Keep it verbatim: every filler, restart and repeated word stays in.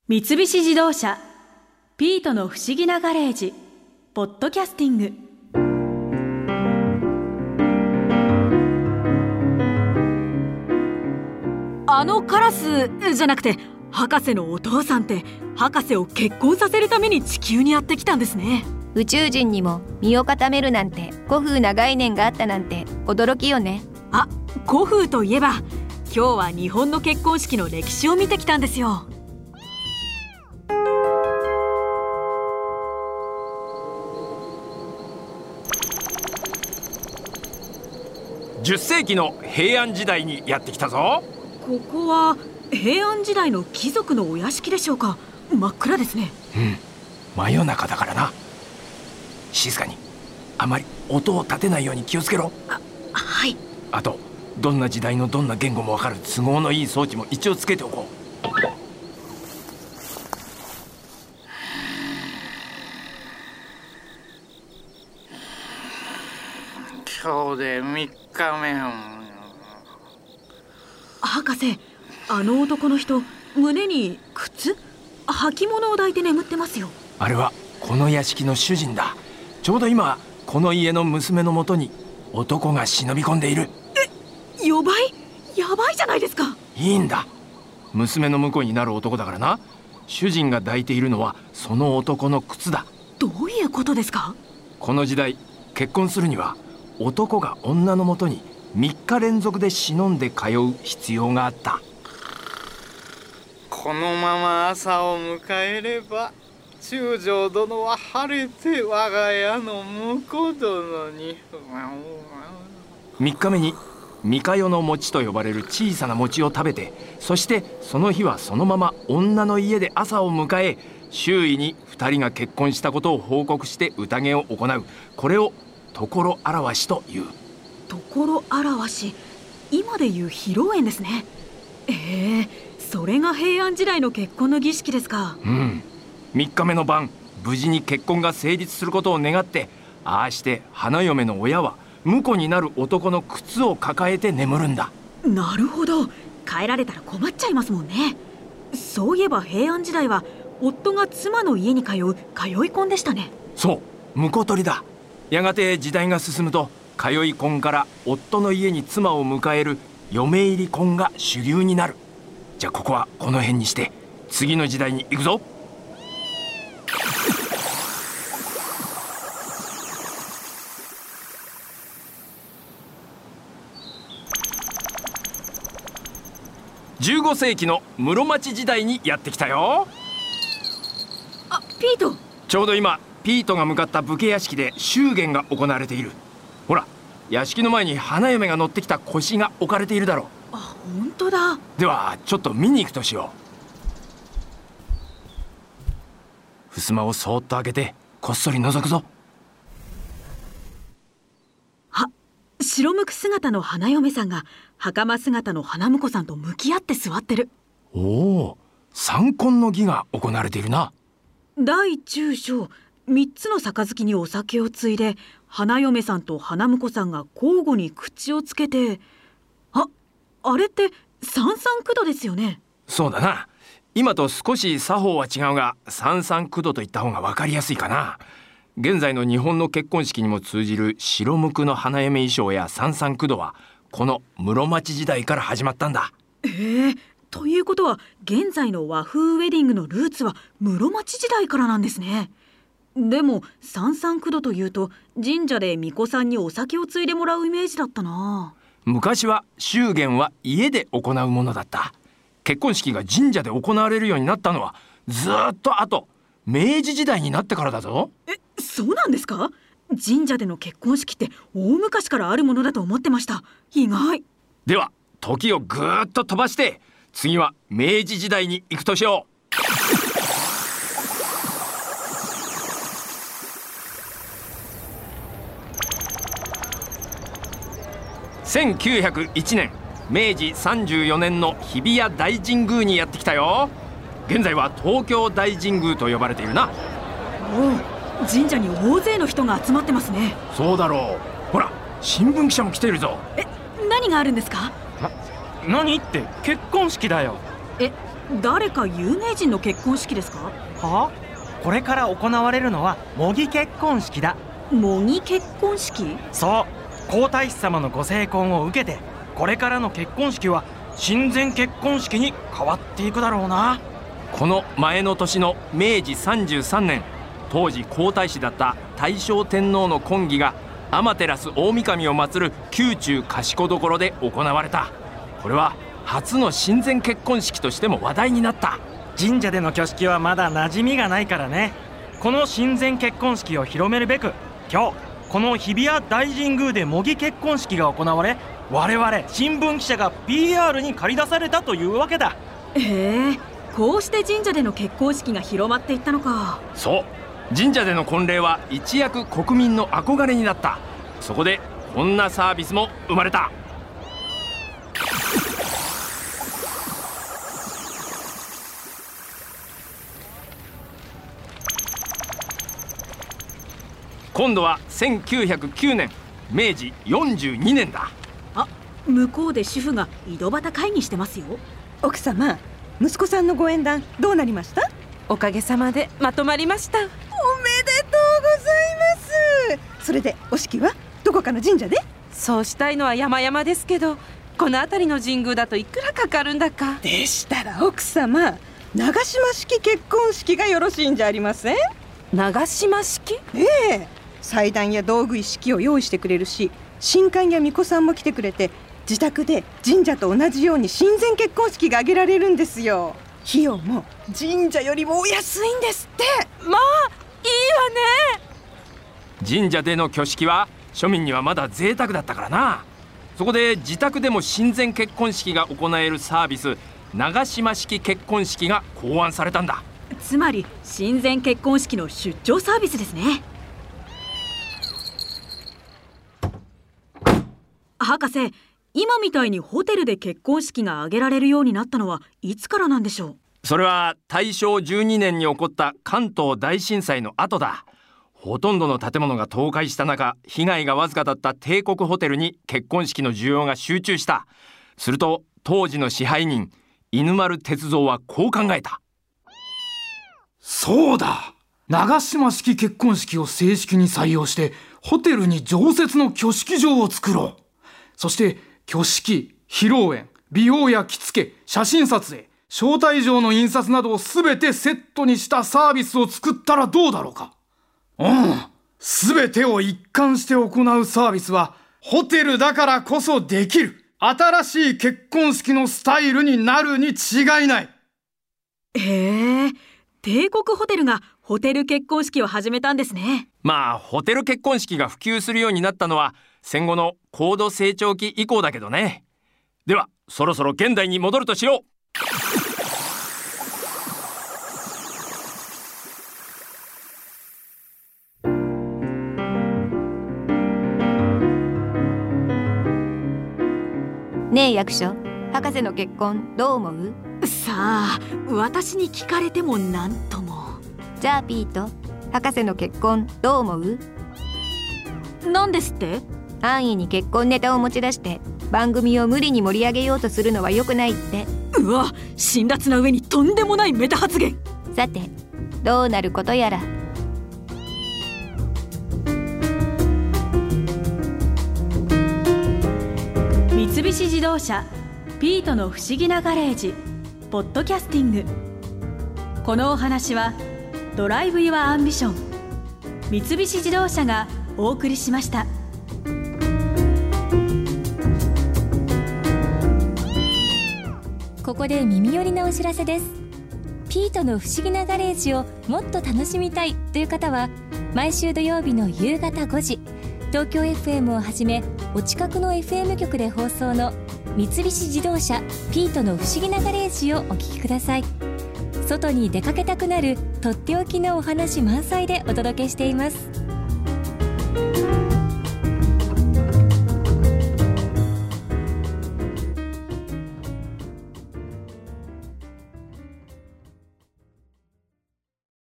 三菱自動車ピートの不思議なガレージポッドキャスティング。 あのカラスじゃなくて博士のお父さんって博士を結婚させるために地球にやってきたんですね。 宇宙人にも身を固めるなんて古風な概念があったなんて驚きよね。 あ、古風といえば今日は日本の結婚式の歴史を見てきたんですよ。 じゅっせいきの平安時代にやってきたぞ。 ここは平安時代の貴族のお屋敷でしょうか。真っ暗ですね。 うん、真夜中だからな。静かに、あまり音を立てないように気をつけろ。 あ、はい。 あとどんな時代のどんな言語もわかる都合のいい装置も一応つけておこう。 今日でみっかめ。 博士、あの男の人胸に靴、履物を抱いて眠ってますよ。 あれはこの屋敷の主人だ。ちょうど今この家の娘のもとに男が忍び込んでいる。 え、やばいやばいじゃないですか。 いいんだ、娘の婿になる男だからな。主人が抱いているのはその男の靴だ。 どういうことですか。 この時代結婚するには男が女のもとにみっか連続で忍んで通う必要があった。 このまま朝を迎えれば中将殿は晴れて我が家の婿殿に。 みっかめに三日夜の餅と呼ばれる小さな餅を食べて、そしてその日はそのまま女の家で朝を迎え、周囲にふたりが結婚したことを報告して宴を行う。これを所表しという。 所表し、今でいう披露宴ですね。えー、それが平安時代の結婚の儀式ですか。 うん、みっかめの晩、無事に結婚が成立することを願って、ああして花嫁の親は婿になる男の靴を抱えて眠るんだ。 なるほど、帰られたら困っちゃいますもんね。そういえば平安時代は夫が妻の家に通う通い婚でしたね。 そう、婿取りだ。やがて時代が進むと通い婚から夫の家に妻を迎える嫁入り婚が主流になる。じゃあここはこの辺にして次の時代に行くぞ。じゅうごせいきの室町時代にやってきたよ。 あ、ピート。 ちょうど今ピートが向かった武家屋敷で祝言が行われている。ほら、屋敷の前に花嫁が乗ってきた腰が置かれているだろう。 あ、本当だ。 ではちょっと見に行くとしよう。襖をそーっと開けてこっそり覗くぞ。 あ、白むく姿の花嫁さんが袴姿の花婿さんと向き合って座ってる。 おお、三婚の儀が行われているな。 大中小みっつの杯にお酒をついで、花嫁さんと花婿さんが交互に口をつけて、あ、あれって三三九度ですよね。 そうだな。今と少し作法は違うが三三九度と言った方が分かりやすいかな。現在の日本の結婚式にも通じる白むくの花嫁衣装や三三九度はこの室町時代から始まったんだ。 へえ、ということは現在の和風ウェディングのルーツは室町時代からなんですね。でも三三九度というと神社で巫女さんにお酒をついでもらうイメージだったな。 昔は祝言は家で行うものだった。結婚式が神社で行われるようになったのはずっと後、明治時代になってからだぞ。 え、そうなんですか。神社での結婚式って大昔からあるものだと思ってました。意外。 では時をぐーっと飛ばして次は明治時代に行くとしよう。せんきゅうひゃくいちねん、明治さんじゅうよねんの日比谷大神宮にやってきたよ。現在は東京大神宮と呼ばれているな。 おお、神社に大勢の人が集まってますね。 そうだろう。ほら、新聞記者も来ているぞ。 え、何があるんですか。 な、何って結婚式だよ。 え、 誰か有名人の結婚式ですか？ はあ、これから行われるのは模擬結婚式だ。 模擬結婚式？ そう、皇太子様のご成婚を受けて、これからの結婚式は親善結婚式に変わっていくだろうな。 この前の年のめいじさんじゅうさんねん、当時皇太子だった大正天皇の婚儀が天照大神を祀る宮中賢所で行われた。これは初の親善結婚式としても話題になった。 神社での挙式はまだ馴染みがないからね。この親善結婚式を広めるべく、今日この日比谷大神宮で模擬結婚式が行われ、我々新聞記者が ピーアール に駆り出されたというわけだ。 へえ、こうして神社での結婚式が広まっていったのか。 そう、神社での婚礼は一躍国民の憧れになった。そこでこんなサービスも生まれた。今度はせんきゅうひゃくきゅうねん、めいじよんじゅうにねんだ。 あ、向こうで主婦が井戸端会議してますよ。 奥様、息子さんのご縁談どうなりました？ おかげさまでまとまりました。おめでとうございます。それでお式はどこかの神社で？ そうしたいのは山々ですけど、この辺りの神宮だといくらかかるんだか。 でしたら奥様、長島式結婚式がよろしいんじゃありません？ 長島式？ ええ、祭壇や道具一式を用意してくれるし、神官や巫女さんも来てくれて、自宅で神社と同じように親善結婚式が挙げられるんですよ。費用も神社よりもお安いんですって。 まあいいわね。 神社での挙式は庶民にはまだ贅沢だったからな。そこで自宅でも親善結婚式が行えるサービス、長島式結婚式が考案されたんだ。 つまり親善結婚式の出張サービスですね。博士、今みたいにホテルで結婚式が挙げられるようになったのはいつからなんでしょう？ それは大正じゅうにねんに起こった関東大震災の後だ。ほとんどの建物が倒壊した中、被害がわずかだった帝国ホテルに結婚式の需要が集中した。すると当時の支配人犬丸鉄三はこう考えた。 そうだ、長島式結婚式を正式に採用してホテルに常設の挙式場を作ろう。そして挙式、披露宴、美容や着付け、写真撮影、招待状の印刷などをすべてセットにしたサービスを作ったらどうだろうか。うん、すべてを一貫して行うサービスはホテルだからこそできる新しい結婚式のスタイルになるに違いない。 へえ、帝国ホテルがホテル結婚式を始めたんですね。 まあホテル結婚式が普及するようになったのは戦後の高度成長期以降だけどね。ではそろそろ現代に戻るとしよう。 ねえ役所、博士の結婚どう思う？ さあ、私に聞かれても何とも。 じゃあピート、博士の結婚どう思う？ 何ですって？ 安易に結婚ネタを持ち出して番組を無理に盛り上げようとするのは良くないって。 うわ、辛辣な上にとんでもないメタ発言。 さてどうなることやら。 三菱自動車ピートの不思議なガレージポッドキャスティング。このお話はドライブ・ユア・アンビション三菱自動車がお送りしました。 ここで耳寄りなお知らせです。ピートの不思議なガレージをもっと楽しみたいという方は、毎週土曜日の夕方ごじ、東京 エフエム をはじめお近くの エフエム 局で放送の三菱自動車ピートの不思議なガレージをお聞きください。外に出かけたくなるとっておきのお話満載でお届けしています。